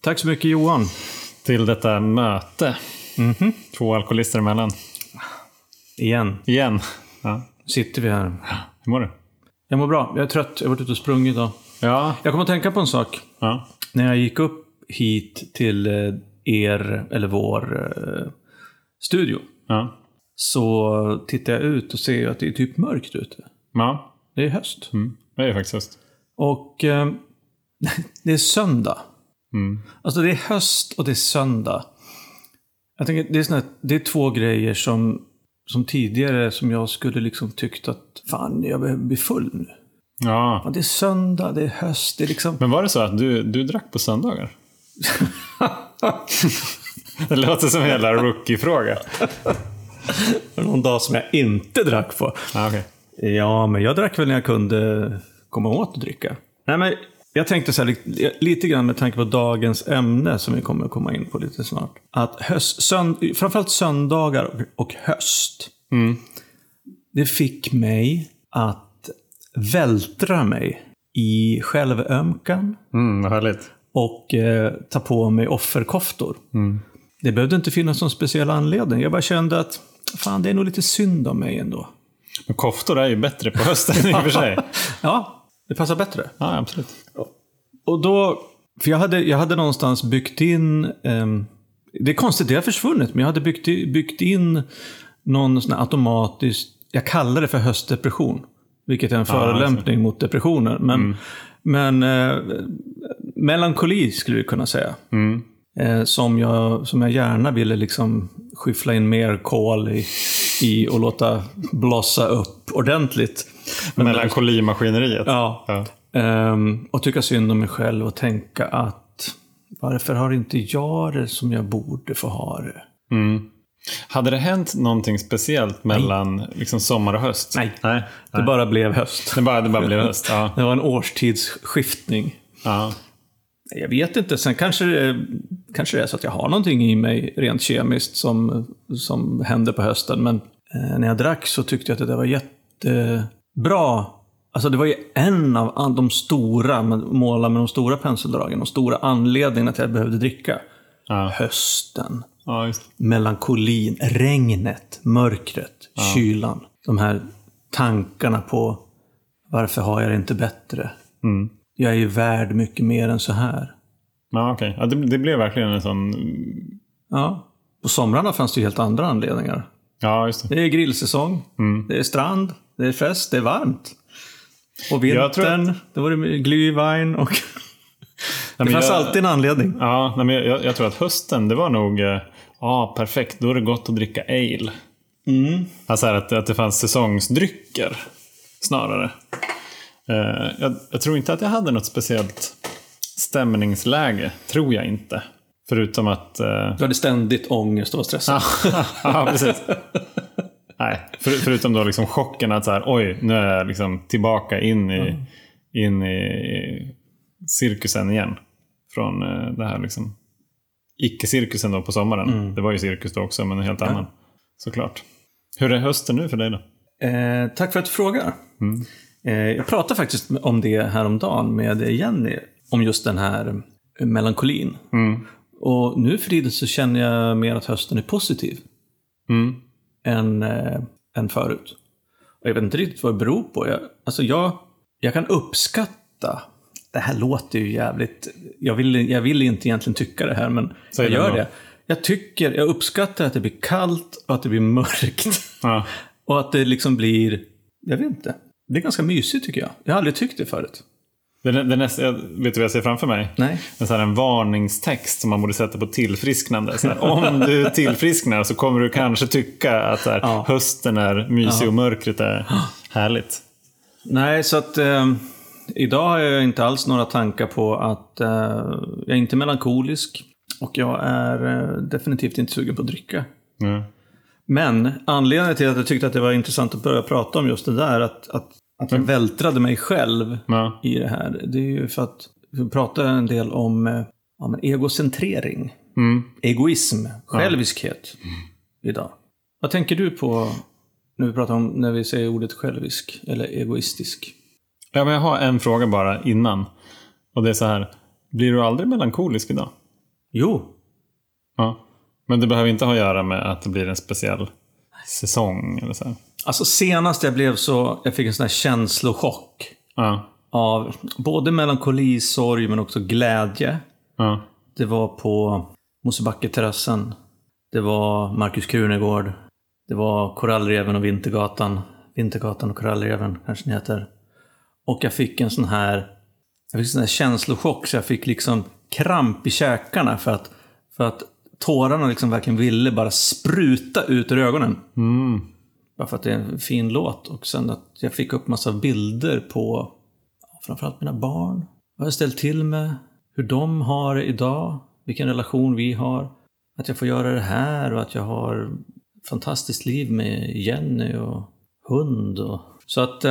Tack så mycket Johan. Till detta möte. Två alkoholister emellan. Igen. Ja. Sitter vi här. Hur mår du? Jag mår bra. Jag är trött. Jag har varit ute och sprungit idag. Ja. Jag kommer att tänka på en sak. Ja. När jag gick upp hit till vår studio. Ja. Så tittar jag ut och ser att det är typ mörkt ute. Ja. Det är höst. Det är faktiskt höst. Och det är söndag. Alltså det är höst och det är söndag. Jag tänker, det är två grejer som tidigare som jag skulle liksom tyckt att fan, jag behöver bli full nu. Ja. Det är söndag, det är höst, det är liksom... Men var det så att du drack på söndagar? Det låter som en jävla rookie-fråga. Någon dag som jag inte drack på. Okay. Ja, men jag drack väl när jag kunde komma åt att dricka. Nej, men jag tänkte så här, lite grann med tanke på dagens ämne som vi kommer att komma in på lite snart. Att framförallt söndagar och höst. Det fick mig att vältra mig i självömkan. Vad härligt. Och ta på mig offerkoftor. Det behövde inte finnas någon speciell anledning. Jag bara kände att fan, det är nog lite synd om mig ändå. Men koftor är ju bättre på hösten i och för sig. Ja, det passar bättre. Ja, absolut. Och då, för jag hade någonstans byggt in, det är konstigt, det har försvunnit, men jag hade byggt in någon sån här automatisk, jag kallar det för höstdepression, vilket är en förolämpning mot depressioner, men melankoli skulle vi kunna säga. Som jag gärna ville liksom skyffla in mer kol i och låta blossa upp ordentligt. Melankolimaskineriet. Ja. Och tycka synd om mig själv och tänka att varför har inte jag det som jag borde få ha det? Hade det hänt någonting speciellt mellan liksom sommar och höst? Nej. Det bara blev höst. Det bara blev höst, ja. Det var en årstidsskiftning. Ja. Jag vet inte, sen kanske det är så att jag har någonting i mig rent kemiskt som hände på hösten. Men när jag drack så tyckte jag att det var jättebra. Alltså det var ju en av de stora, måla med de stora penseldragen, de stora anledningarna till att jag behövde dricka. Hösten, melankolin, regnet, mörkret, kylan. De här tankarna på varför har jag det inte bättre? Jag är ju värd mycket mer än så här. Ja, okej. Ja, det blev verkligen en sån... Ja, på somrarna fanns det ju helt andra anledningar. Ja, just det. Det är grillsäsong, det är strand, det är fest, det är varmt. Och vintern, då var det glühwein och... det fanns alltid en anledning. Ja, men jag tror att hösten, det var nog... perfekt, då är det gott att dricka ale. Alltså att det fanns säsongsdrycker snarare. Jag tror inte att jag hade något speciellt stämningsläge. Tror jag inte. Förutom att... Du hade ständigt ångest och var stressad. Ja, precis. Nej, förutom då liksom chocken att så här, oj, nu är jag liksom tillbaka in i cirkusen igen. Från det här liksom icke-cirkusen då på sommaren. Det var ju cirkus då också, men en helt annan. Såklart. Hur är hösten nu för dig då? Tack för att du frågar. Jag pratade faktiskt om det häromdagen med Jenny. Om just den här melankolin. Och nu för tiden så känner jag mer att hösten är positiv. Än förut. Och jag vet inte riktigt vad det beror på. Jag kan uppskatta. Det här låter ju jävligt... Jag vill inte egentligen tycka det här, men jag gör det. Jag uppskattar att det blir kallt och att det blir mörkt. Och att det liksom blir... Jag vet inte. Det är ganska mysigt tycker jag. Jag har aldrig tyckt det förut. Vet du vad jag ser framför mig? Nej. En varningstext som man borde sätta på tillfrisknande. Så här, om du tillfrisknar så kommer du kanske tycka att hösten är mysig och mörkret är härligt. Nej, så att idag har jag inte alls några tankar på att jag är inte melankolisk. Och jag är definitivt inte sugen på att dricka. Men anledningen till att jag tyckte att det var intressant att börja prata om just det där, att jag vältrade mig själv i det här, det är ju för att vi pratar en del om egocentrering, egoism, själviskhet idag. Vad tänker du på när vi säger ordet självisk eller egoistisk? Ja, men jag har en fråga bara innan. Och det är så här, blir du aldrig melankolisk idag? Jo. Ja. Men det behöver inte ha att göra med att det blir en speciell säsong eller så här. Alltså senast jag fick en sån här känslochock. Ja. Av både melankoli, sorg men också glädje. Ja. Det var på Mosebacke-terrassen. Det var Markus Krunegård. Det var Korallreven och Vintergatan. Vintergatan och Korallreven kanske den heter. Och jag fick en sån här känslochock så jag fick liksom kramp i käkarna för att tårarna liksom verkligen ville bara spruta ut ur ögonen. Bara för att det är en fin låt. Och sen att jag fick upp massa bilder på framförallt mina barn. Vad jag ställt till med. Hur de har det idag. Vilken relation vi har. Att jag får göra det här. Och att jag har ett fantastiskt liv med Jenny och hund. Så att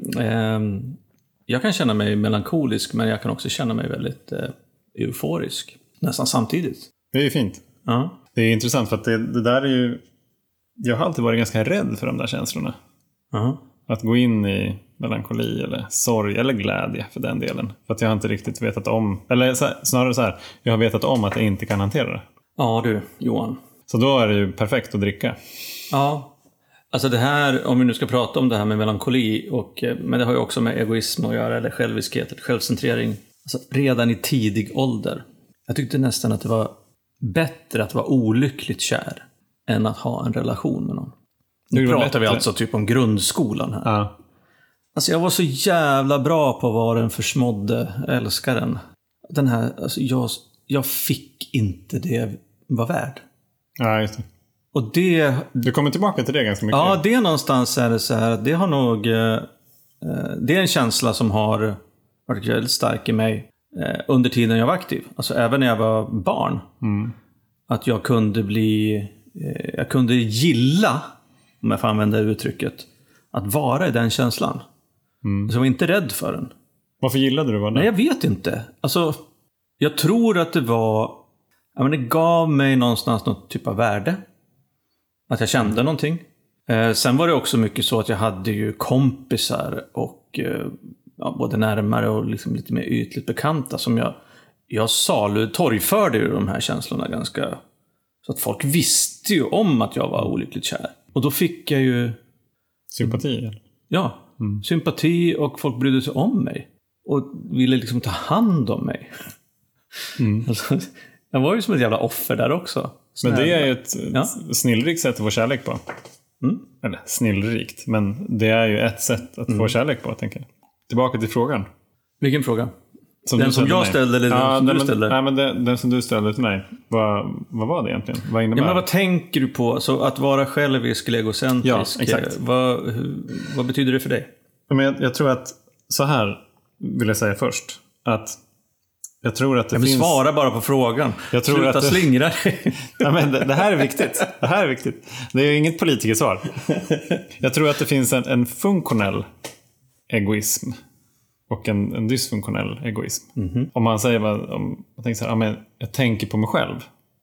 jag kan känna mig melankolisk. Men jag kan också känna mig väldigt euforisk. Nästan samtidigt. Det är ju fint. Ja. Det är intressant för att det där är ju... Jag har alltid varit ganska rädd för de där känslorna. Att gå in i melankoli eller sorg eller glädje för den delen. För att jag har inte riktigt vetat om... Eller snarare så här, jag har vetat om att jag inte kan hantera det. Ja du, Johan. Så då är det ju perfekt att dricka. Ja. Alltså det här, om vi nu ska prata om det här med melankoli. Men det har ju också med egoism att göra. Eller själviskhet, eller självcentrering. Alltså redan i tidig ålder. Jag tyckte nästan att det var bättre att vara olyckligt kär än att ha en relation med någon. Nu pratar vi alltså typ om grundskolan här. Ja. Alltså jag var så jävla bra på att vara den försmådde älskaren. Den här, alltså jag fick inte det jag var värd. Ja, just det. Och det... Du kommer tillbaka till det ganska mycket. Ja, det någonstans är det så här. Det har nog... det är en känsla som har varit väldigt stark i mig under tiden jag var aktiv. Alltså även när jag var barn. Att jag kunde bli... jag kunde gilla, om jag får använda uttrycket, att vara i den känslan. Så jag var inte rädd för den. Varför gillade du det? Nej, jag vet inte. Alltså, jag tror att det var... Ja, men det gav mig någonstans något typ av värde. Att jag kände någonting. Sen var det också mycket så att jag hade ju kompisar och både närmare och liksom lite mer ytligt bekanta som jag torgförde ju de här känslorna ganska... Så att folk visste ju om att jag var olyckligt kär. Och då fick jag ju... Sympati? Eller? Ja, sympati och folk brydde sig om mig. Och ville liksom ta hand om mig. Alltså, jag var ju som ett jävla offer där också. Men det är ju ett snillrikt sätt att få kärlek på. Eller snillrikt, men det är ju ett sätt att få kärlek på, tänker jag. Tillbaka till frågan. Vilken fråga? Den som jag ställde eller den som du ställde? Nej, men den som du ställde till mig. Vad var det egentligen? Vad innebär det? Men vad tänker du på? Så att vara självisk eller egocentrisk. Ja, exakt. Vad betyder det för dig? Men jag tror att så här vill jag säga först. Att jag tror att det finns... svara bara på frågan. Sluta slingra dig. Ja, men det här är viktigt. Det här är viktigt. Det är inget politikersvar. Jag tror att det finns en funktionell egoism. Och en dysfunktionell egoism. Om man säger om man tänker så här, men jag tänker på mig själv.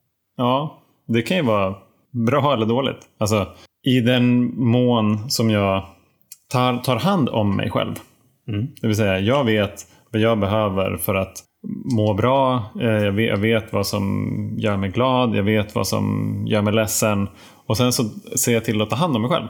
Ja, det kan ju vara bra eller dåligt. Alltså, i den mån som jag tar hand om mig själv. Det vill säga, jag vet vad jag behöver för att må bra. Jag vet vad som gör mig glad. Jag vet vad som gör mig ledsen. Och sen så ser jag till att ta hand om mig själv.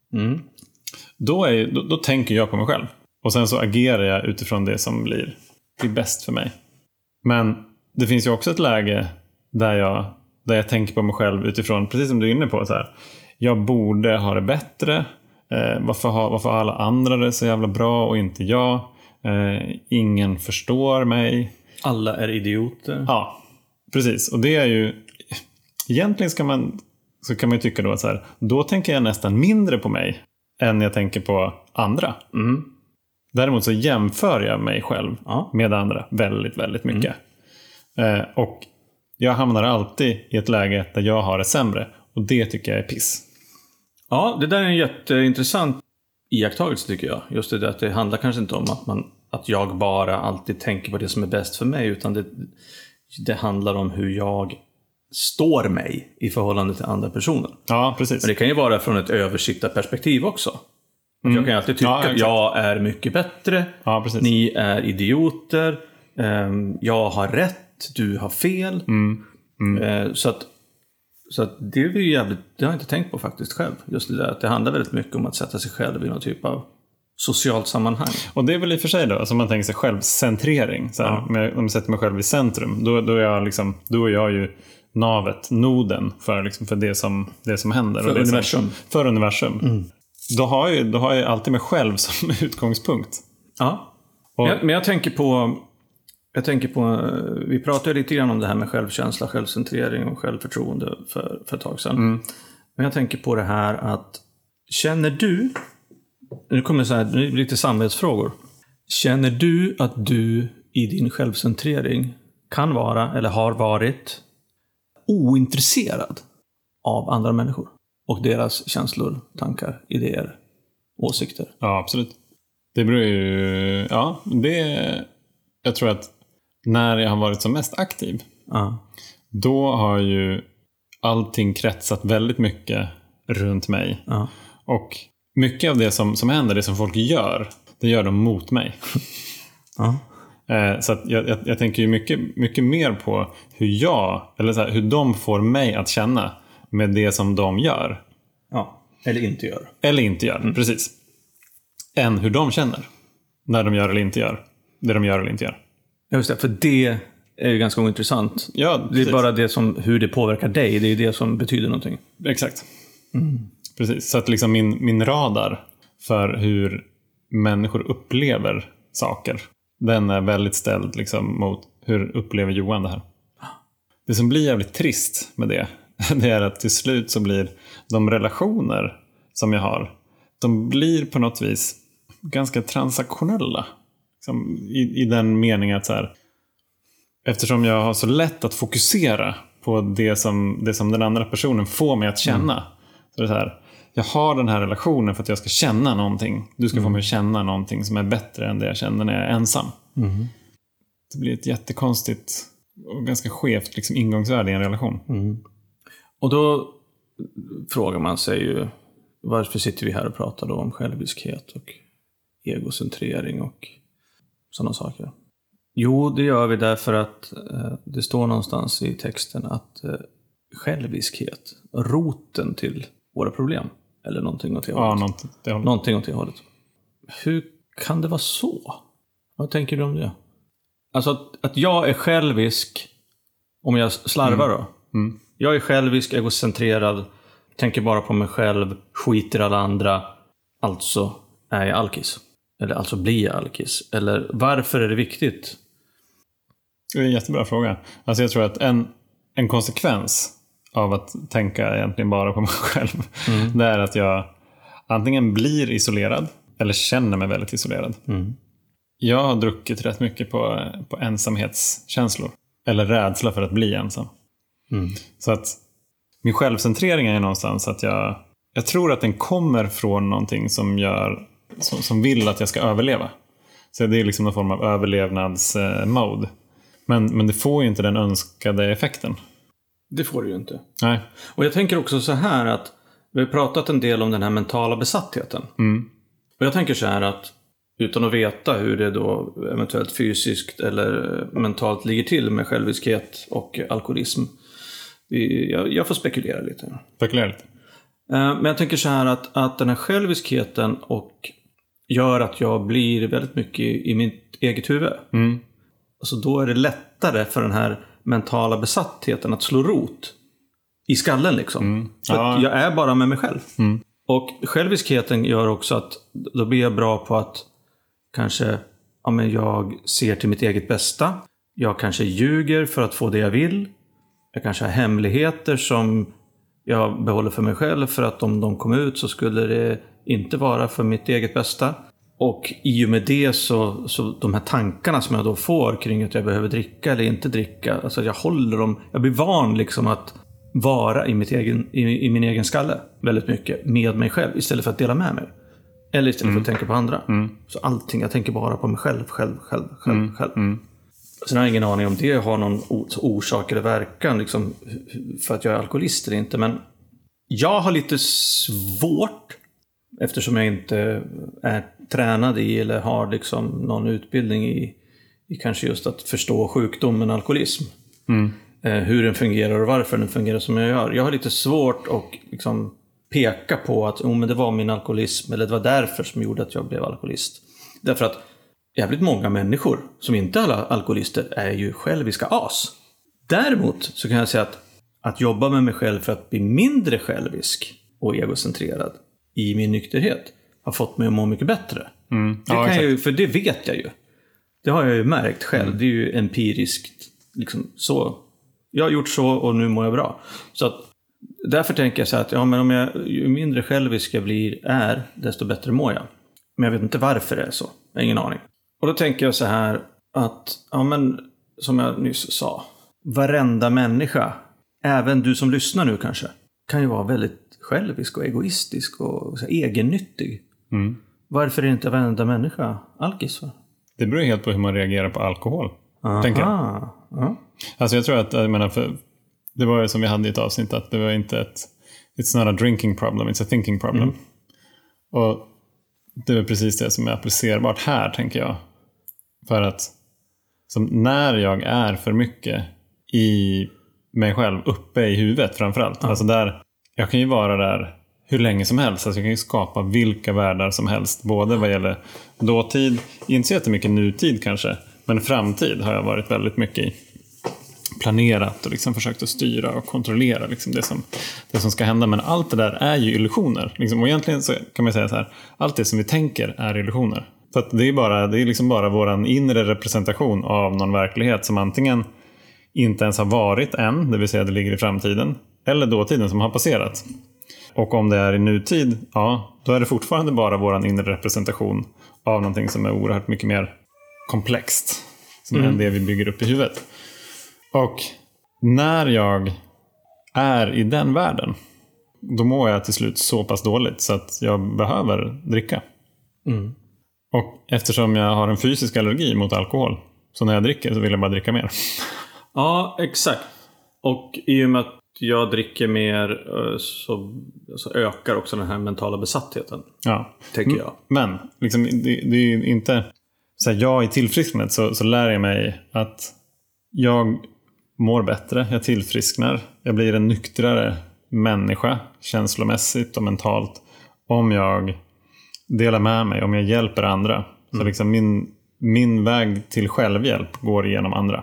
Då tänker jag på mig själv. Och sen så agerar jag utifrån det som blir bäst för mig. Men det finns ju också ett läge där jag tänker på mig själv utifrån, precis som du är inne på, så här, jag borde ha det bättre. Varför har alla andra det så jävla bra och inte jag? Ingen förstår mig. Alla är idioter. Ja, precis. Och det är ju... Egentligen så kan man ju tycka då att så här, då tänker jag nästan mindre på mig än jag tänker på andra. Däremot så jämför jag mig själv med andra väldigt, väldigt mycket. Och jag hamnar alltid i ett läge där jag har det sämre. Och det tycker jag är piss. Ja, det där är en jätteintressant iakttagelse tycker jag. Just det att det handlar kanske inte om att jag bara alltid tänker på det som är bäst för mig. Utan det handlar om hur jag står mig i förhållande till andra personer. Ja, precis. Men det kan ju vara från ett översittarperspektiv också. Jag kan ju alltid tycka att jag är mycket bättre. Ja, precis. Ni är idioter. Jag har rätt. du har fel. Så att det är ju jävligt, det har jag inte tänkt på faktiskt själv. Just det där, att det handlar väldigt mycket om att sätta sig själv i någon typ av socialt sammanhang. Och det är väl i och för sig då, alltså man tänker sig självcentrering. Så här, om jag sätter mig själv i centrum, då är jag liksom, då är jag ju navet, noden för det som händer. För och det universum. För universum. Då har jag alltid mig själv som utgångspunkt. Ja. Men jag tänker på, vi pratade lite grann om det här med självkänsla, självcentrering och självförtroende för ett tag sedan. Men jag tänker på det här att, känner du, nu kommer så här, lite samvetsfrågor. Känner du att du i din självcentrering kan vara, eller har varit, ointresserad av andra människor och deras känslor, tankar, idéer, åsikter? Ja, absolut. Det beror ju, jag tror att när jag har varit som mest aktiv, då har ju allting kretsat väldigt mycket runt mig. Och mycket av det som händer, det som folk gör, det gör de mot mig. Så att jag tänker ju mycket mer på hur de får mig att känna med det som de gör. Eller inte gör. Precis. Än hur de känner när de gör eller inte gör det de gör eller inte gör. Just det, för det är ju ganska ointressant. Ja, det är bara det hur det påverkar dig, det är det som betyder någonting. Exakt. Precis, så att liksom min radar för hur människor upplever saker, den är väldigt ställd liksom mot hur upplever Johan det här. Det som blir jävligt trist med det är att till slut så blir de relationer som jag har, de blir på något vis ganska transaktionella. Liksom i den meningen att så här, eftersom jag har så lätt att fokusera på det som den andra personen får mig att känna. Så det är så här, jag har den här relationen för att jag ska känna någonting. Du ska få mig att känna någonting som är bättre än det jag känner när jag är ensam. Det blir ett jättekonstigt och ganska skevt liksom ingångsvärde i en relation. Och då frågar man sig ju, varför sitter vi här och pratar då om själviskhet och egocentrering och sådana saker? Jo, det gör vi därför att det står någonstans i texten att själviskhet, roten till våra problem, eller någonting åt det hållet. Någonting åt det hållet. Hur kan det vara så? Vad tänker du om det? Alltså att jag är självisk, om jag slarvar då. Jag är självisk, egocentrerad, tänker bara på mig själv, skiter alla andra, alltså är jag alkis. Eller alltså blir jag alkis. Eller varför är det viktigt? Det är en jättebra fråga. Alltså jag tror att en konsekvens av att tänka egentligen bara på mig själv, det är att jag antingen blir isolerad eller känner mig väldigt isolerad. Jag har druckit rätt mycket på ensamhetskänslor. Eller rädsla för att bli ensam. Så att min självcentrering är någonstans att jag tror att den kommer från någonting som vill att jag ska överleva. Så det är liksom någon form av överlevnadsmode. Men det får ju inte den önskade effekten. Det får det ju inte. Nej. Och jag tänker också så här att vi har pratat en del om den här mentala besattheten. Och jag tänker så här att utan att veta hur det då eventuellt fysiskt eller mentalt ligger till med själviskhet och alkoholism. Jag får spekulera lite. Men jag tänker så här att den här själviskheten och gör att jag blir väldigt mycket i mitt eget huvud. Alltså då är det lättare för den här mentala besattheten att slå rot i skallen liksom. För att jag är bara med mig själv. Och själviskheten gör också att då blir jag bra på att kanske jag ser till mitt eget bästa. Jag kanske ljuger för att få det jag vill. Jag kanske har hemligheter som jag behåller för mig själv för att om de kom ut så skulle det inte vara för mitt eget bästa. Och i och med det så de här tankarna som jag då får kring att jag behöver dricka eller inte dricka, alltså jag håller dem, jag blir van liksom att vara i min egen skalle väldigt mycket med mig själv istället för att dela med mig. Eller istället för att tänka på andra. Så allting, jag tänker bara på mig själv. Sen har jag ingen aning om det har någon orsak eller verkan liksom, för att jag är alkoholist eller inte. Men jag har lite svårt, eftersom jag inte är tränad i eller har liksom någon utbildning kanske just att förstå sjukdomen alkoholism. Hur den fungerar och varför den fungerar som jag gör. Jag har lite svårt att liksom peka på att men det var min alkoholism eller det var därför som gjorde att jag blev alkoholist. Därför att jävligt många människor som inte är alkoholister är ju själviska as. Däremot så kan jag säga att jobba med mig själv för att bli mindre självisk och egocentrerad i min nykterhet har fått mig att må mycket bättre. Det kan jag ju, för det vet jag ju. Det har jag ju märkt själv. Det är ju empiriskt liksom så. Jag har gjort så och nu mår jag bra. Så att därför tänker jag så här att men ju mindre självisk jag är, desto bättre mår jag. Men jag vet inte varför det är så. Jag har ingen aning. Och då tänker jag så här att, som jag nyss sa, varenda människa, även du som lyssnar nu kanske, kan ju vara väldigt självisk och egoistisk och så egennyttig. Varför är inte varenda människa alkis? Det beror helt på hur man reagerar på alkohol, tänker jag. Alltså jag tror att, för det var ju som vi hade i ett avsnitt, att det var inte it's not a drinking problem, it's a thinking problem. Och det är precis det som är applicerbart här, tänker jag. För att som när jag är för mycket i mig själv, uppe i huvudet framförallt. Alltså där, jag kan ju vara där hur länge som helst. Alltså jag kan ju skapa vilka världar som helst. Både vad gäller dåtid, inte så jättemycket nutid kanske. Men framtid har jag varit väldigt mycket i. Planerat och liksom försökt att styra och kontrollera liksom det som ska hända. Men allt det där är ju illusioner. Liksom, och egentligen så kan man säga så här, allt det som vi tänker är illusioner. För att det är liksom bara våran inre representation av någon verklighet som antingen inte ens har varit än, det vill säga det ligger i framtiden, eller dåtiden som har passerat. Och om det är i nutid, då är det fortfarande bara våran inre representation av någonting som är oerhört mycket mer komplext som än det vi bygger upp i huvudet. Och när jag är i den världen, då mår jag till slut så pass dåligt så att jag behöver dricka. Och eftersom jag har en fysisk allergi mot alkohol, så när jag dricker så vill jag bara dricka mer. Ja, exakt. Och i och med att jag dricker mer så ökar också den här mentala besattheten. Ja, tänker jag. Men liksom, det är ju inte så här, jag i tillfrisknandet så lär jag mig att jag mår bättre, jag tillfrisknar, jag blir en nyktrare människa känslomässigt och mentalt om jag delar med mig, om jag hjälper andra. Så liksom min väg till självhjälp går igenom andra.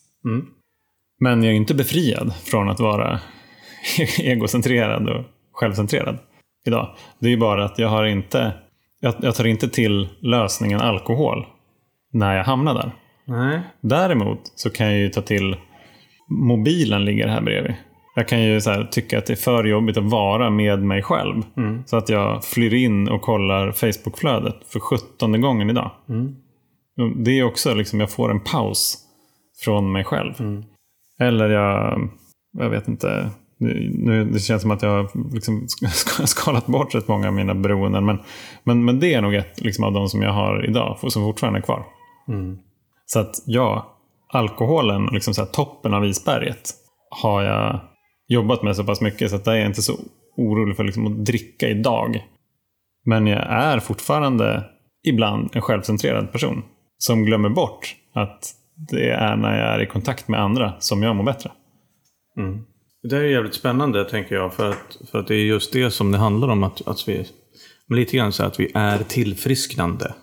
Men jag är inte befriad från att vara egocentrerad och självcentrerad idag. Det är ju bara att jag tar inte till lösningen alkohol när jag hamnar där. Nej. Däremot så kan jag ju ta till mobilen ligger här bredvid. Jag kan ju så här tycka att det är för jobbigt att vara med mig själv. Så att jag flyr in och kollar Facebook-flödet för 17:e gången idag. Det är också liksom, jag får en paus från mig själv. Eller jag vet inte, nu det känns som att jag liksom skalat bort rätt många av mina beroenden. Men det är nog ett liksom, av de som jag har idag som fortfarande är kvar. Så att alkoholen, liksom så här, toppen av isberget, har jag jobbat med så pass mycket så att jag är inte så orolig för liksom, att dricka idag. Men jag är fortfarande ibland en självcentrerad person som glömmer bort att det är när jag är i kontakt med andra som jag mår bättre. Det är jävligt spännande, tänker jag, för att det är just det som det handlar om, att vi lite grann så att vi är tillfrisknande.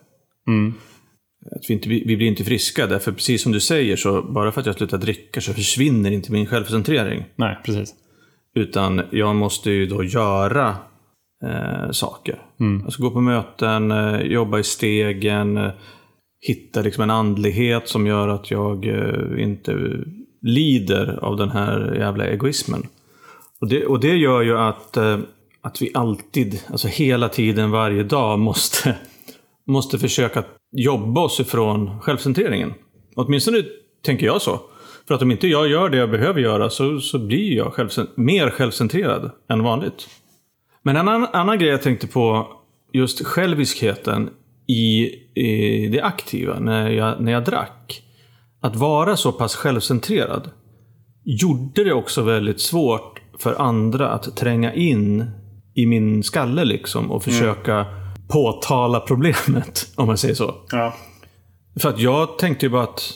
Att vi blir inte friska, därför precis som du säger, så bara för att jag slutar dricka så försvinner inte min självcentrering. Nej, precis. Utan jag måste ju då göra saker. Alltså gå på möten, jobba i stegen, hitta liksom en andlighet som gör att jag inte lider av den här jävla egoismen. Och det gör ju att vi alltid, alltså hela tiden, varje dag måste försöka jobba oss ifrån självcentreringen. Åtminstone tänker jag så. För att om inte jag gör det jag behöver göra så blir jag mer självcentrerad än vanligt. Men en annan grej jag tänkte på, just själviskheten i det aktiva när jag drack. Att vara så pass självcentrerad gjorde det också väldigt svårt för andra att tränga in i min skalle liksom, och försöka påtala problemet, om man säger så. Ja. För att jag tänkte ju bara att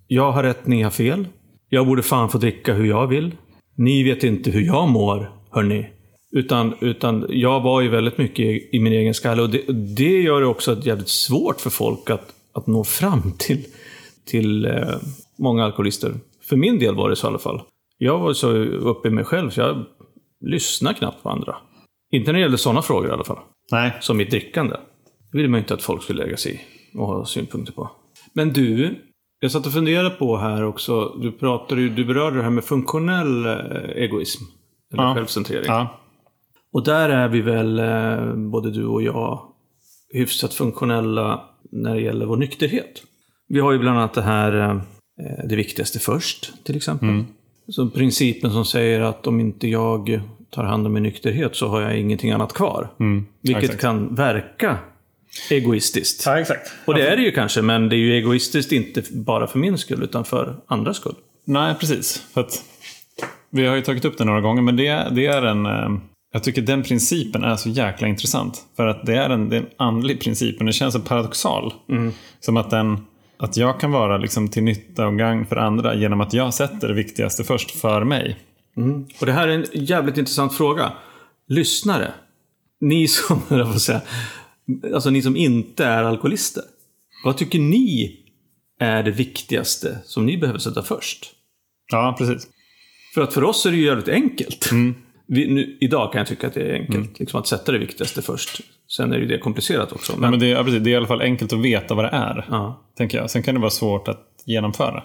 jag har rätt, ni har fel. Jag borde fan få dricka hur jag vill. Ni vet inte hur jag mår, hörni. Utan jag var ju väldigt mycket i min egen skalle. Och det gör det också jävligt svårt för folk att nå fram till många alkoholister. För min del var det så i alla fall. Jag var så uppe i mig själv så jag lyssnar knappt på andra. Inte när det gäller sådana frågor i alla fall. Nej. Som mitt drickande. Det ville man inte att folk skulle lägga sig i och ha synpunkter på. Men du, jag satt och funderade på här också. Du berörde det här med funktionell egoism. Eller självcentrering. Ja. Och där är vi väl, både du och jag, hyfsat funktionella när det gäller vår nykterhet. Vi har ju bland annat det här, det viktigaste först, till exempel. Mm. Så principen som säger att om inte jag tar hand om min nykterhet så har jag ingenting annat kvar. Mm. Vilket kan verka egoistiskt. Ja, exakt. Och det är det ju kanske, men det är ju egoistiskt inte bara för min skull utan för andras skull. Nej, precis. För att vi har ju tagit upp det några gånger, men det är en... Jag tycker den principen är så jäkla intressant. För att det är en andlig princip, men det känns så paradoxal. Mm. Som att jag kan vara liksom till nytta och gagn för andra genom att jag sätter det viktigaste först för mig. Mm. Och det här är en jävligt intressant fråga. Lyssnare, ni som, jag får säga, alltså ni som inte är alkoholister. Vad tycker ni är det viktigaste som ni behöver sätta först? Ja, precis. För att för oss är det ju jävligt enkelt. Mm. Idag kan jag tycka att det är enkelt liksom att sätta det viktigaste först. Sen är det komplicerat också. Men det är i alla fall enkelt att veta vad det är, tänker jag. Sen kan det vara svårt att genomföra.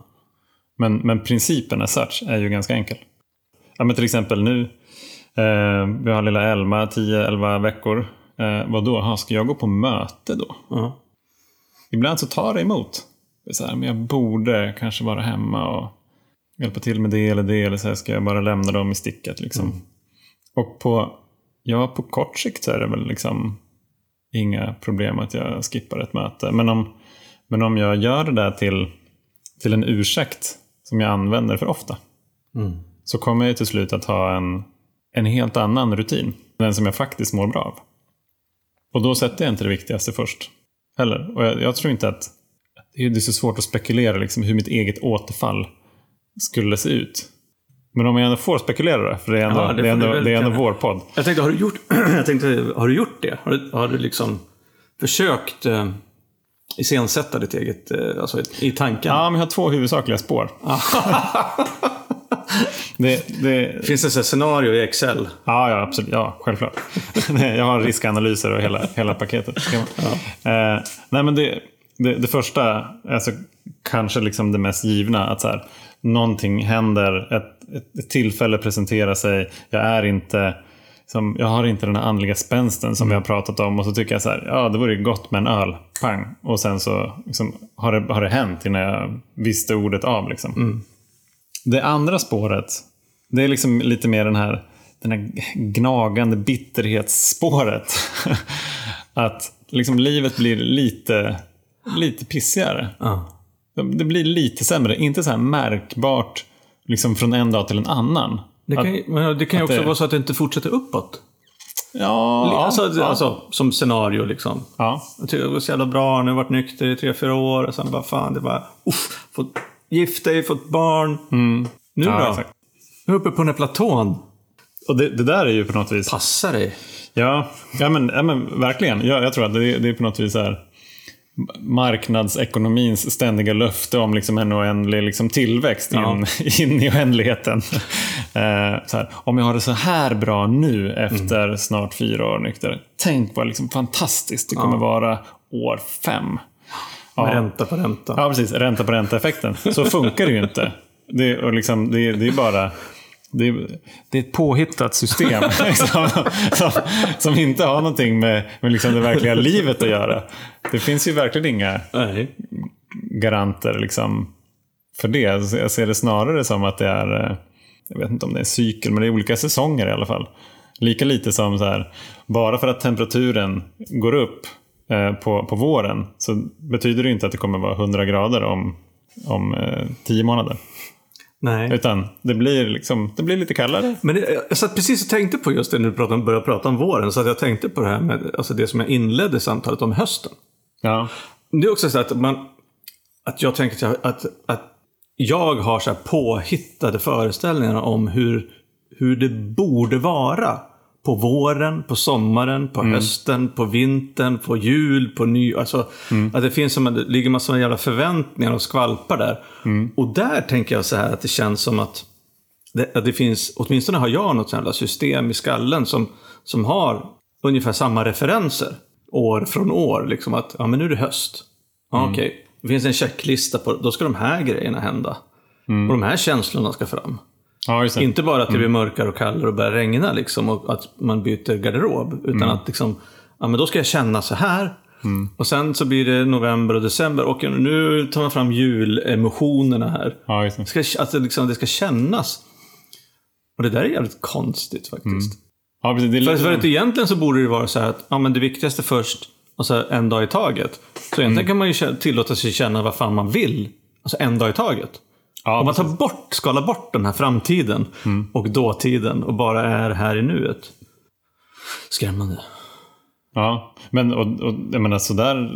Men principen as such är ju ganska enkel. Ja, men till exempel nu, vi har lilla Elma, 10-11 veckor. Vadå? Ska jag gå på möte då? Ibland så tar det emot. Det är så här, men jag borde kanske vara hemma och hjälpa till med det eller så här, ska jag bara lämna dem i sticket liksom. Och på kort sikt så är det väl liksom inga problem att jag skippar ett möte. Men om jag gör det där till en ursäkt som jag använder för ofta, så kommer jag till slut att ha en helt annan rutin. Den som jag faktiskt mår bra av. Och då sätter jag inte det viktigaste först heller. Och jag tror inte att det är så svårt att spekulera liksom hur mitt eget återfall skulle se ut. Men om jag ändå får spekulera det, för det är ändå vår podd. Jag tänkte, har du gjort det? Har du liksom försökt iscensätta ditt eget, alltså i tanken? Ja, men jag har 2 huvudsakliga spår. Finns det så scenario i Excel? Ja, absolut. Ja, självklart. Jag har riskanalyser och hela paketet. Nej, men det första, alltså kanske liksom det mest givna, att så här, någonting händer, ett tillfälle presenterar sig, jag har inte den här andliga spänsten som vi har pratat om, och så tycker jag så här, det vore gott med en öl, pang, och sen så liksom, har det hänt innan jag visste ordet av liksom. Det andra spåret, det är liksom lite mer den här gnagande bitterhetsspåret. Att liksom livet blir lite pissigare. Det blir lite sämre. Inte så här märkbart liksom från en dag till en annan. Det kan ju också vara så att det inte fortsätter uppåt. Ja. Alltså som scenario liksom. Ja. Jag tycker det går så jävla bra. Nu har jag varit nykter i 3-4 år. Och sen bara fan, det var fått gift dig, fått barn. Nu då? Exakt. Nu är uppe på den här platån. Och det där är ju på något vis... Passar dig. Ja men verkligen. Jag tror att det är på något vis här marknadsekonomins ständiga löfte om liksom en oändlig liksom tillväxt in i oändligheten. Så här, om jag har det så här bra nu efter snart 4 år nykter, tänk vad liksom fantastiskt det kommer vara år 5. Ränta på ränta. Ja, precis. Ränta på ränta-effekten. Så funkar det ju inte. Det är bara... Det är ett påhittat system som inte har någonting med liksom det verkliga livet att göra. Det finns ju verkligen inga garanter liksom för det. Jag ser det snarare som att det är, jag vet inte om det är cykel, men det är olika säsonger i alla fall. Lika lite som så här, bara för att temperaturen går upp på våren, så betyder det inte att det kommer vara 100 grader om 10 månader. Nej. Utan det blir lite kallare. Men jag satt precis och tänkte på just det när du började prata om våren. Så att jag tänkte på det här med, alltså det som jag inledde samtalet om hösten. Ja. Det är också så att att jag tänker att jag har så här påhittade föreställningar om hur det borde vara på våren, på sommaren, på hösten, på vintern, på jul, på ny. Alltså, att det finns det ligger massor av jävla förväntningar och skvalpar där. Och där tänker jag så här att det känns som att det finns, åtminstone har jag något sånt här system i skallen som har ungefär samma referenser år från år. Liksom att, ja men nu är det höst. Ja, okej. Det finns en checklista på, då ska de här grejerna hända. Och de här känslorna ska fram. Ja, just det. Inte bara att det blir mörkare och kallare och börjar regna liksom, och att man byter garderob. Utan att liksom, ja men då ska jag känna så här. Och sen så blir det november och december. Och nu tar man fram julemotionerna här. Ja, just det. Alltså liksom, det ska kännas. Och det där är jävligt konstigt faktiskt. Ja, precis. För att egentligen så borde det vara så här att ja, men det viktigaste först och så en dag i taget. Så egentligen kan man ju tillåta sig känna vad fan man vill. Alltså en dag i taget. Ja, om man skalar bort den här framtiden och dåtiden och bara är här i nuet. Skrämmande. Ja, men och jag menar så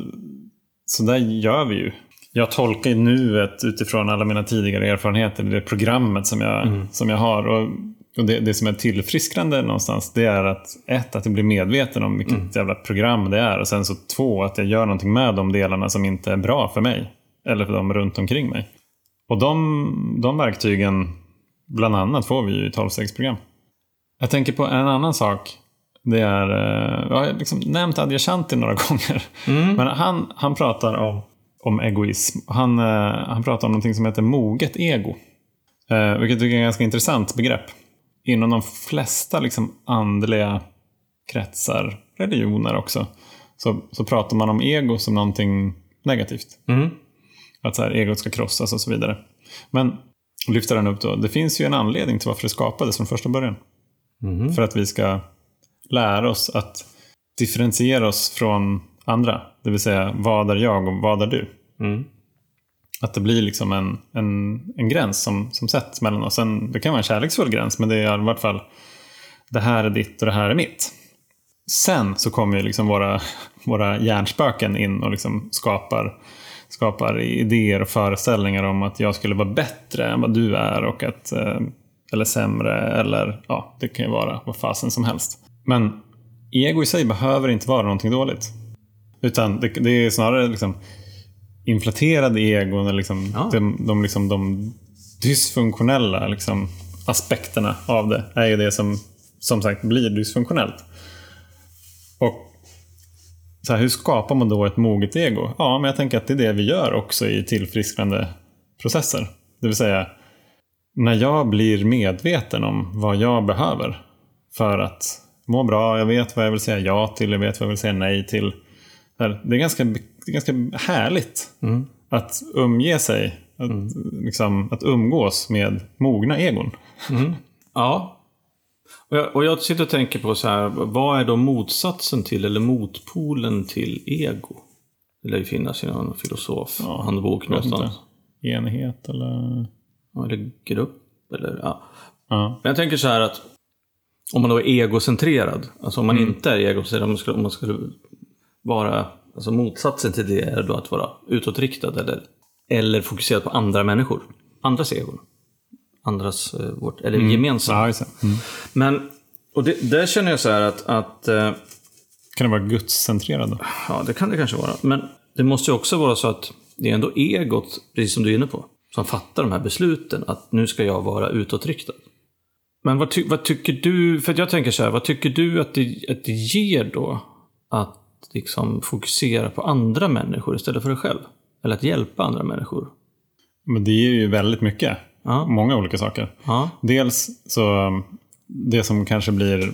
där gör vi ju. Jag tolkar ju nuet utifrån alla mina tidigare erfarenheter i det programmet som jag har. Och det som är tillfriskande någonstans, det är att jag blir medveten om vilket jävla program det är. Och sen så 2, att jag gör någonting med de delarna som inte är bra för mig. Eller för dem runt omkring mig. Och de verktygen bland annat får vi ju i 12-stegsprogram. Jag tänker på en annan sak. Det är, jag har liksom nämnt Adyashanti några gånger. Men han pratar om egoism. Han pratar om någonting som heter moget ego. Vilket jag tycker är ett ganska intressant begrepp. Inom de flesta liksom andliga kretsar, religioner också, så pratar man om ego som någonting negativt. Att så här, egot ska krossas och så vidare. Men lyfter han upp då, det finns ju en anledning till varför det skapades från första början. För att vi ska lära oss att differentiera oss från andra. Det vill säga, vad är jag och vad är du? Att det blir liksom en gräns som sätts mellan oss. Det kan vara en kärleksfull gräns, men det är i vart fall, det här är ditt och det här är mitt. Sen så kommer ju liksom våra hjärnspöken in och liksom skapar idéer och föreställningar om att jag skulle vara bättre än vad du är och att, eller sämre, eller ja, det kan ju vara vad fasen som helst. Men ego i sig behöver inte vara någonting dåligt. Utan det är snarare liksom inflaterade egon, eller liksom de dysfunktionella liksom aspekterna av det är ju det som sagt blir dysfunktionellt. Och så här, hur skapar man då ett moget ego? Ja, men jag tänker att det är det vi gör också i tillfrisknande processer. Det vill säga, när jag blir medveten om vad jag behöver för att må bra, jag vet vad jag vill säga ja till, jag vet vad jag vill säga nej till. Det är ganska härligt att umge sig, att umgås med mogna egon. Ja. Och jag sitter och tänker på så här, vad är då motsatsen till eller motpolen till ego? Det lär ju finnas i någon filosofhandbok någonstans. Enighet eller grupp eller ja. Men jag tänker så här att om man då är egocentrerad, alltså om man inte är egocentrerad, om man skulle vara, alltså motsatsen till det är då att vara utåtriktad eller fokuserad på andra människor, andras egon, andras vårt, eller gemensamt. Men och där känner jag så här att kan det vara gudscentrerad då? Ja, det kan det kanske vara, men det måste ju också vara så att det är ändå egot, precis som du är inne på, som fattar de här besluten att nu ska jag vara utåtriktad. Men vad tycker du, för att jag tänker så här, vad tycker du att det ger då att liksom fokusera på andra människor istället för dig själv? Eller att hjälpa andra människor? Men det är ju väldigt mycket. Ja. Många olika saker. Ja. Dels så, det som kanske blir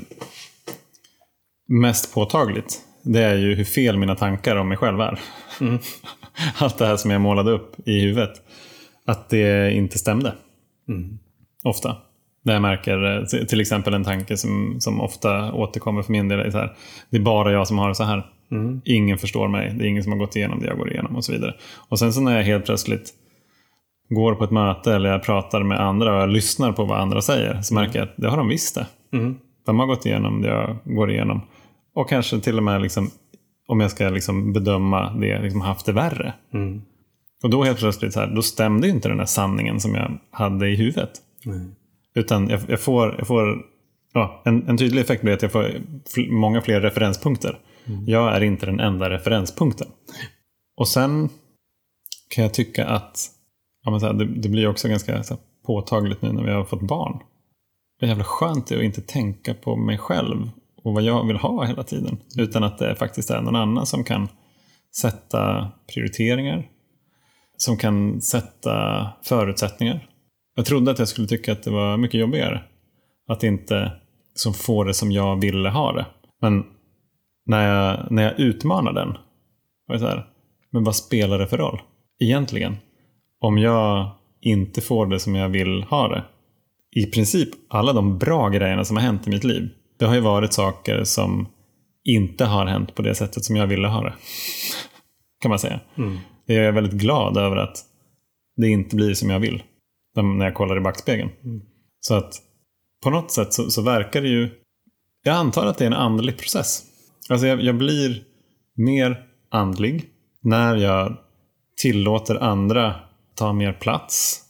mest påtagligt, det är ju hur fel mina tankar om mig själv är. Allt det här som jag målade upp i huvudet. Att det inte stämde. Ofta. Där jag märker till exempel en tanke som ofta återkommer för min del är så här: det är bara jag som har det så här. Ingen förstår mig. Det är ingen som har gått igenom det jag går igenom och så vidare. Och sen så när jag helt plötsligt går på ett möte eller jag pratar med andra och jag lyssnar på vad andra säger, så märker jag att det har de visst det. De har gått igenom det jag går igenom. Och kanske till och med liksom, om jag ska liksom bedöma det, liksom haft det värre. Och då helt plötsligt så här, då stämde ju inte den här sanningen som jag hade i huvudet. Utan jag får en tydlig effekt blir att jag får många fler referenspunkter. Jag är inte den enda referenspunkten. Och sen kan jag tycka att det blir också ganska så här, påtagligt nu när vi har fått barn. Det är jävla skönt att inte tänka på mig själv och vad jag vill ha hela tiden. Utan att det faktiskt är någon annan som kan sätta prioriteringar. Som kan sätta förutsättningar. Jag trodde att jag skulle tycka att det var mycket jobbigare. Att inte som få det som jag ville ha det. Men när jag utmanar den. Var det så här, men vad spelar det för roll? Egentligen. Om jag inte får det som jag vill ha det. I princip alla de bra grejerna som har hänt i mitt liv. Det har ju varit saker som inte har hänt på det sättet som jag ville ha det. Kan man säga. Jag är väldigt glad över att det inte blir som jag vill. När jag kollar i backspegeln. Så att på något sätt så verkar det ju... Jag antar att det är en andlig process. Alltså jag blir mer andlig när jag tillåter andra ta mer plats.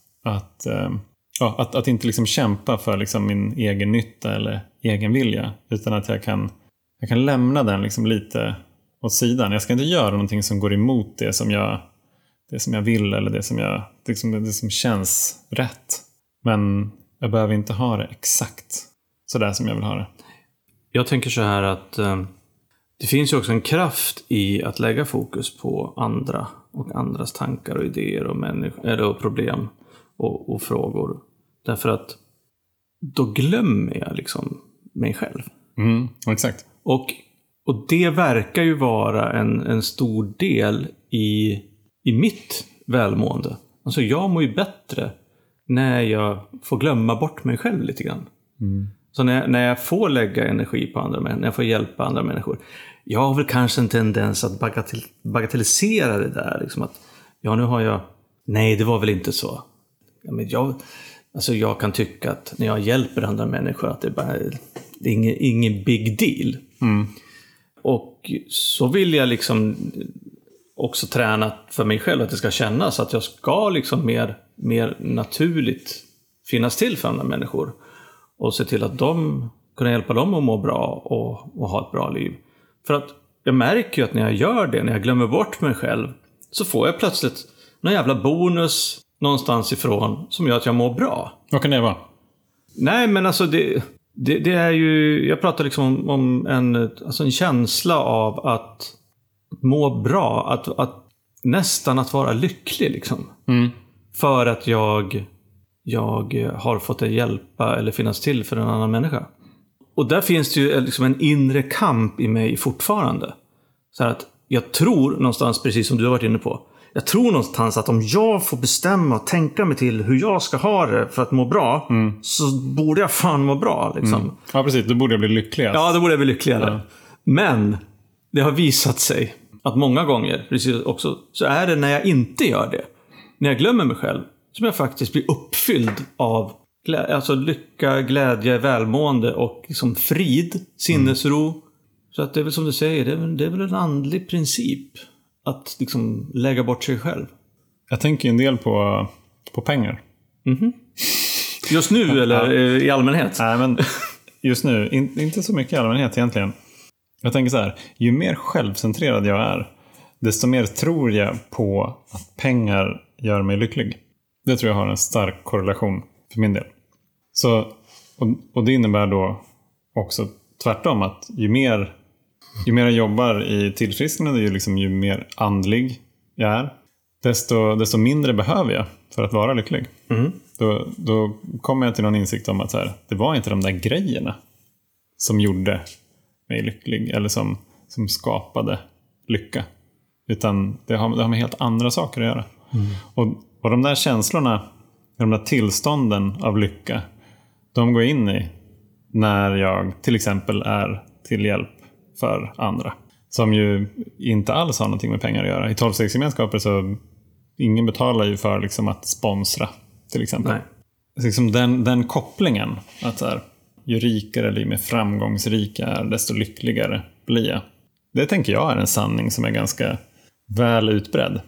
Att inte liksom kämpa för liksom min egen nytta eller egen vilja. Utan att jag kan lämna den liksom lite åt sidan. Jag ska inte göra någonting som går emot det som jag vill eller det som känns rätt. Men jag behöver inte ha det exakt så där som jag vill ha det. Jag tänker så här att det finns ju också en kraft i att lägga fokus på andra och andras tankar och idéer och problem och frågor. Därför att då glömmer jag liksom mig själv. Exakt. Och det verkar ju vara en stor del i mitt välmående. Alltså jag mår ju bättre när jag får glömma bort mig själv lite grann. Så när jag får lägga energi på andra människor, när jag får hjälpa andra människor. Jag har väl kanske en tendens att bagatellisera det där. Liksom att, nu har jag... Nej, det var väl inte så. Ja, men jag kan tycka att när jag hjälper andra människor att det är ingen big deal. Och så vill jag liksom också träna för mig själv att det ska kännas att jag ska liksom mer naturligt finnas till för andra människor och se till att kunna hjälpa dem att må bra och ha ett bra liv. För att jag märker ju att när jag gör det, när jag glömmer bort mig själv, så får jag plötsligt någon jävla bonus någonstans ifrån som gör att jag mår bra. Vad kan det vara? Nej, men alltså det är ju... Jag pratar liksom om en känsla av att må bra. Att nästan att vara lycklig liksom. För att jag har fått hjälpa eller finnas till för en annan människa. Och där finns det ju liksom en inre kamp i mig fortfarande. Så att jag tror någonstans, precis som du har varit inne på. Jag tror någonstans att om jag får bestämma och tänka mig till hur jag ska ha det för att må bra, så borde jag fan må bra. Liksom. Ja, precis. Då borde jag bli lyckligare. Ja, då borde jag bli lyckligare. Ja. Men det har visat sig att många gånger, precis också, så är det när jag inte gör det. När jag glömmer mig själv, som jag faktiskt blir uppfylld av lycka, glädje, välmående och liksom frid, sinnesro. Så att det är väl som du säger, det är väl en andlig princip. Att liksom lägga bort sig själv. Jag tänker en del på pengar. Just nu eller i allmänhet? Nej, men just nu. Inte så mycket i allmänhet egentligen. Jag tänker så här. Ju mer självcentrerad jag är, desto mer tror jag på att pengar gör mig lycklig. Det tror jag har en stark korrelation för min del. Så, och det innebär då också tvärtom att ju mer jag jobbar i tillfrisknande, ju mer andlig jag är, desto mindre behöver jag för att vara lycklig. Då kommer jag till någon insikt om att så här, det var inte de där grejerna som gjorde mig lycklig eller som skapade lycka. Utan det har med helt andra saker att göra. Och de där känslorna, de där tillstånden av lycka, de går in i när jag till exempel är till hjälp för andra. Som ju inte alls har någonting med pengar att göra. I 12-stegsgemenskaper så ingen betalar ju för liksom att sponsra till exempel. Nej. Liksom den kopplingen att så här, ju rikare eller ju mer framgångsrik jag är, desto lyckligare blir jag. Det tänker jag är en sanning som är ganska väl utbredd.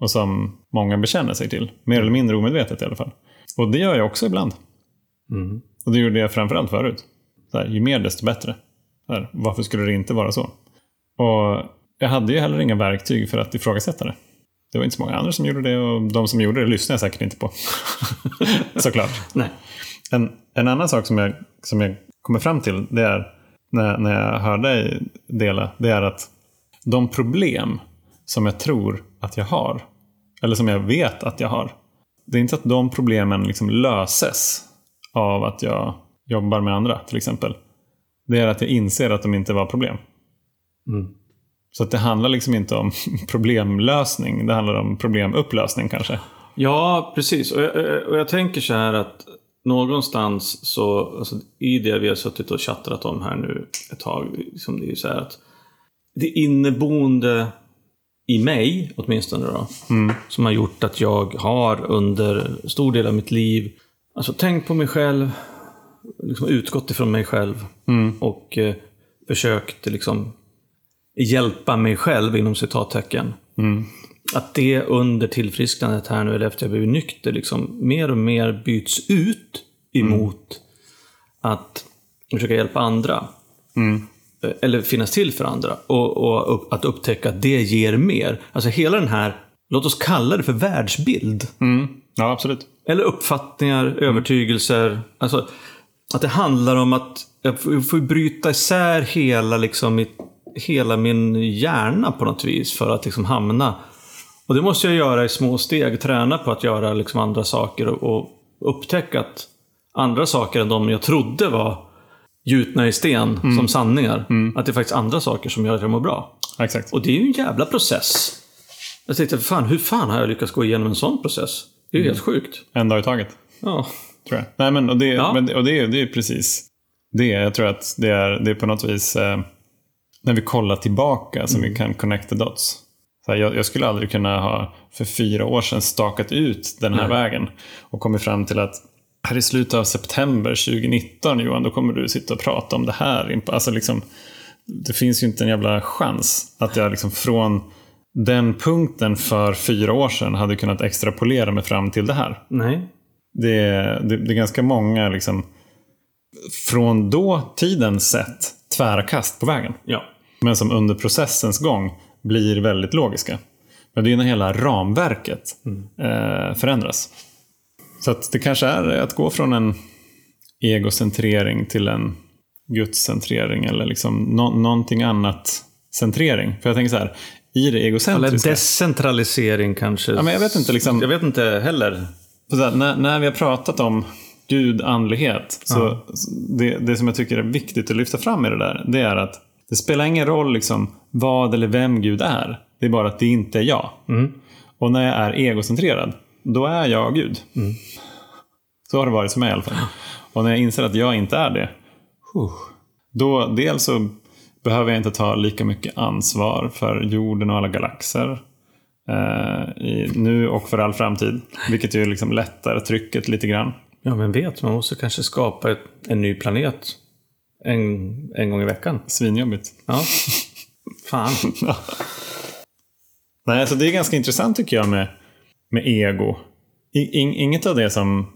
och som många bekänner sig till. Mer eller mindre omedvetet i alla fall. Och det gör jag också ibland. Och det gjorde jag framförallt förut. Så här, ju mer desto bättre. Så här, varför skulle det inte vara så? Och jag hade ju heller inga verktyg för att ifrågasätta det. Det var inte så många andra som gjorde det, och de som gjorde det lyssnade jag säkert inte på. Såklart. Nej. En annan sak som jag kommer fram till, det är när jag hör dig dela, det är att de problem som jag tror att jag har, eller som jag vet att jag har, det är inte att de problemen liksom löses av att jag jobbar med andra till exempel. Det är att jag inser att de inte var problem. Så att det handlar liksom inte om problemlösning, det handlar om problemupplösning kanske. Ja, precis. Och jag tänker så här att någonstans så, alltså, i det vi har suttit och chattrat om här nu ett tag, liksom, det är ju så här att det inneboende i mig åtminstone då, som har gjort att jag har under stor del av mitt liv alltså tänkt på mig själv, liksom utgått ifrån mig själv och försökt liksom hjälpa mig själv inom citattecken. Att det under tillfrisknandet här nu, eller efter jag blivit nykter, liksom mer och mer byts ut emot att försöka hjälpa andra. Eller finnas till för andra. Och att upptäcka att det ger mer. Alltså hela den här, låt oss kalla det för världsbild. Ja, absolut. Eller uppfattningar, övertygelser. Alltså att det handlar om att jag får bryta isär hela min hjärna på något vis för att liksom hamna. Och det måste jag göra i små steg. Träna på att göra liksom andra saker och upptäcka att andra saker än de jag trodde var gjutna i sten som sanningar. Att det är faktiskt andra saker som gör att jag mår bra. Exakt. Och det är ju en jävla process. Jag tänkte, hur fan har jag lyckats gå igenom en sån process? Det är ju helt sjukt. En dag i taget. Ja. Tror jag. Nej, men, det är precis det. Jag tror att det är på något vis när vi kollar tillbaka som vi kan connect the dots. Så här, jag skulle aldrig kunna ha för 4 år sedan stakat ut den här vägen och kommit fram till att här i slutet av september 2019, Johan, då kommer du sitta och prata om det här. Alltså liksom, det finns ju inte en jävla chans att jag liksom från den punkten för 4 år sedan hade kunnat extrapolera mig fram till det här. Nej. Det är ganska många liksom, från tiden sett tvära kast på vägen. Ja. Men som under processens gång blir väldigt logiska. Men det är när hela ramverket förändras. Så att det kanske är att gå från en egocentrering till en gudscentrering eller liksom någonting annat centrering. För jag tänker så här, i det egocentriska... Eller decentralisering kanske. Ja, men jag vet inte liksom... Jag vet inte heller. Så här, när vi har pratat om Gud, andlighet, så det som jag tycker är viktigt att lyfta fram i det där, det är att det spelar ingen roll liksom vad eller vem Gud är. Det är bara att det inte är jag. Och när jag är egocentrerad, då är jag Gud. Så har det varit för mig i alla fall. Och när jag inser att jag inte är det, då dels så behöver jag inte ta lika mycket ansvar för jorden och alla galaxer nu och för all framtid. Vilket ju liksom lättar trycket lite grann. Ja, men man måste kanske skapa en ny planet en gång i veckan. Svinjobbigt. Ja. Fan. Ja. Nej, alltså det är ganska intressant tycker jag med ego. Inget av det som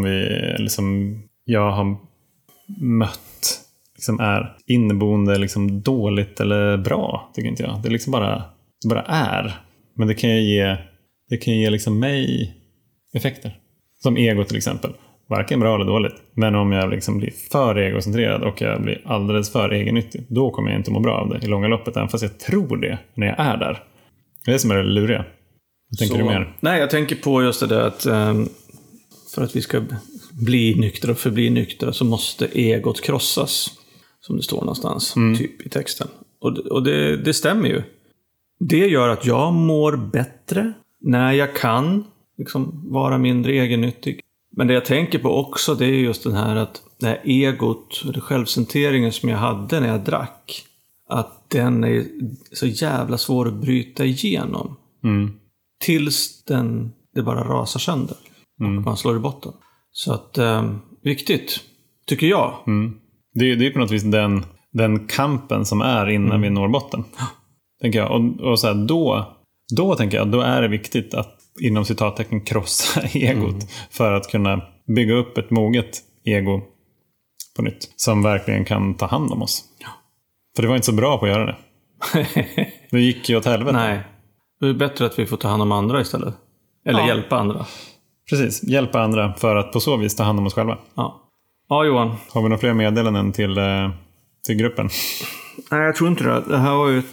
jag har mött liksom är inneboende liksom dåligt eller bra, tycker inte jag. Det är liksom det bara är. Men det kan ge liksom mig effekter. Som ego till exempel. Varken bra eller dåligt. Men om jag liksom blir för egocentrerad och jag blir alldeles för egennyttig, då kommer jag inte må bra av det i långa loppet. Även fast jag tror det när jag är där. Det är det som är det luriga. Tänker du mer? Nej, jag tänker på just det där att för att vi ska bli nyktra och förbli nyktra så måste egot krossas. Som det står någonstans, typ i texten. Och det stämmer ju. Det gör att jag mår bättre när jag kan liksom vara mindre egennyttig. Men det jag tänker på också, det är just den här att det här egot, eller självcentreringen som jag hade när jag drack, att den är så jävla svår att bryta igenom. Tills det bara rasar sönder. Och man slår i botten. Så att, viktigt, tycker jag. Det är på något vis den kampen som är innan vi når botten. Tänker jag. Och så här, Då tänker jag, då är det viktigt att inom citattecken krossa egot för att kunna bygga upp ett moget ego på nytt som verkligen kan ta hand om oss. Ja. För det var inte så bra på att göra det. Det gick ju åt helvete. Nej, det är bättre att vi får ta hand om andra istället. Eller hjälpa andra. Precis, hjälpa andra för att på så vis ta hand om oss själva. Ja, Johan. Har vi några fler meddelanden till gruppen? Nej, jag tror inte det. Det här var ju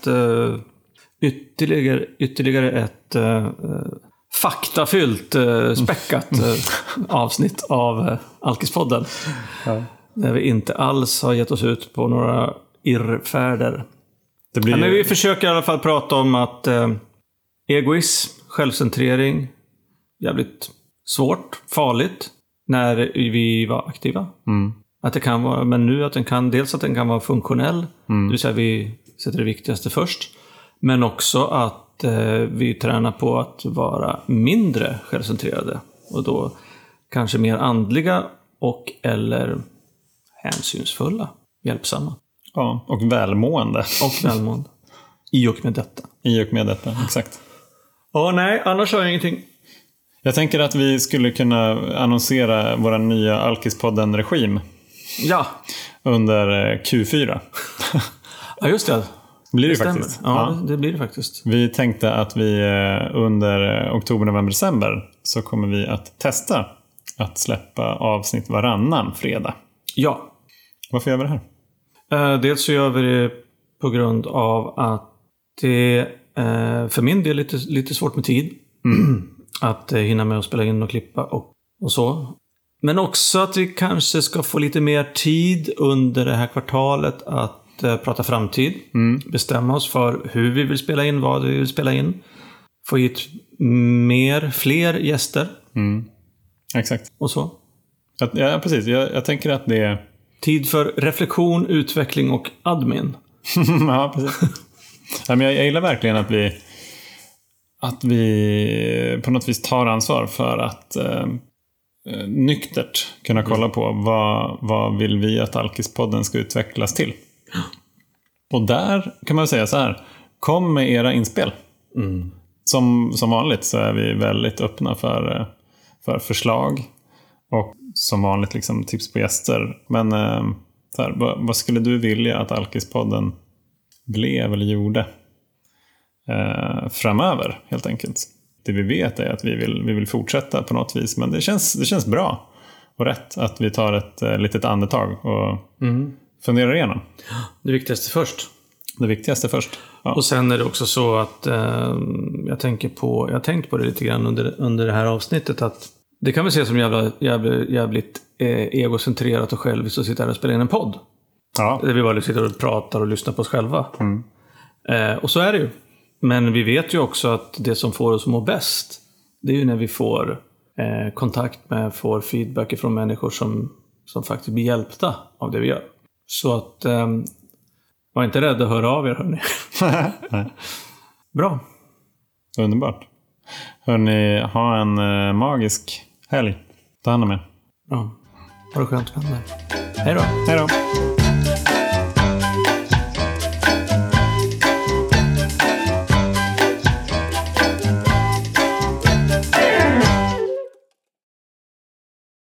ytterligare ett faktafyllt, späckat avsnitt av Alkispodden. Ja. Där vi inte alls har gett oss ut på några irrfärder. Men vi försöker i alla fall prata om att egoism, självcentrering, jävligt svårt, farligt när vi var aktiva. Att det kan vara, men nu att den kan, dels att den kan vara funktionell, det vill säga vi sätter det viktigaste först, men också att vi tränar på att vara mindre självcentrerade och då kanske mer andliga och eller hänsynsfulla, hjälpsamma. Ja, och välmående. I och med detta. Exakt. Nej, annars har jag ingenting. Jag tänker att vi skulle kunna annonsera våra nya Alkispodden-regim. Ja. Under Q4. Ja, just det. Blir det faktiskt. Ja, det blir det faktiskt. Vi tänkte att vi under oktober, november, december så kommer vi att testa att släppa avsnitt varannan fredag. Ja. Varför gör vi det här? Dels så gör vi det på grund av att det för min del är lite svårt med tid. Att hinna med att spela in och klippa och så. Men också att vi kanske ska få lite mer tid under det här kvartalet att prata framtid. Bestämma oss för hur vi vill spela in, vad vi vill spela in. Få hit fler gäster. Exakt. Och så. Ja, precis. Jag tänker att det är... Tid för reflektion, utveckling och admin. Ja, precis. Ja, men jag gillar verkligen att vi på något vis tar ansvar för att nyktert kunna kolla på vad vill vi att Alkispodden ska utvecklas till. Och där kan man säga så här, kom med era inspel. Som vanligt så är vi väldigt öppna för förslag och som vanligt liksom tips på gäster. Men så här, vad skulle du vilja att Alkispodden blev eller gjorde framöver helt enkelt? Det vi vet är att vi vill fortsätta på något vis, men det känns bra och rätt att vi tar ett litet andetag och funderar igenom. Det viktigaste först. Ja. Och sen är det också så att jag har tänkt på det lite grann under det här avsnittet, att det kan vi se som jävligt egocentrerat och själviskt att sitta här och spela in en podd. Ja. Där vi bara sitter och pratar och lyssnar på oss själva. Och så är det ju. Men vi vet ju också att det som får oss att må bäst, det är ju när vi får kontakt med, får feedback från människor som faktiskt blir hjälpta av det vi gör. Så att var inte rädd att höra av er, hörni. Bra. Underbart. Hörni, ha en magisk helg. Ta hand om er. Ja, ha det skönt. Hej då. Hej då.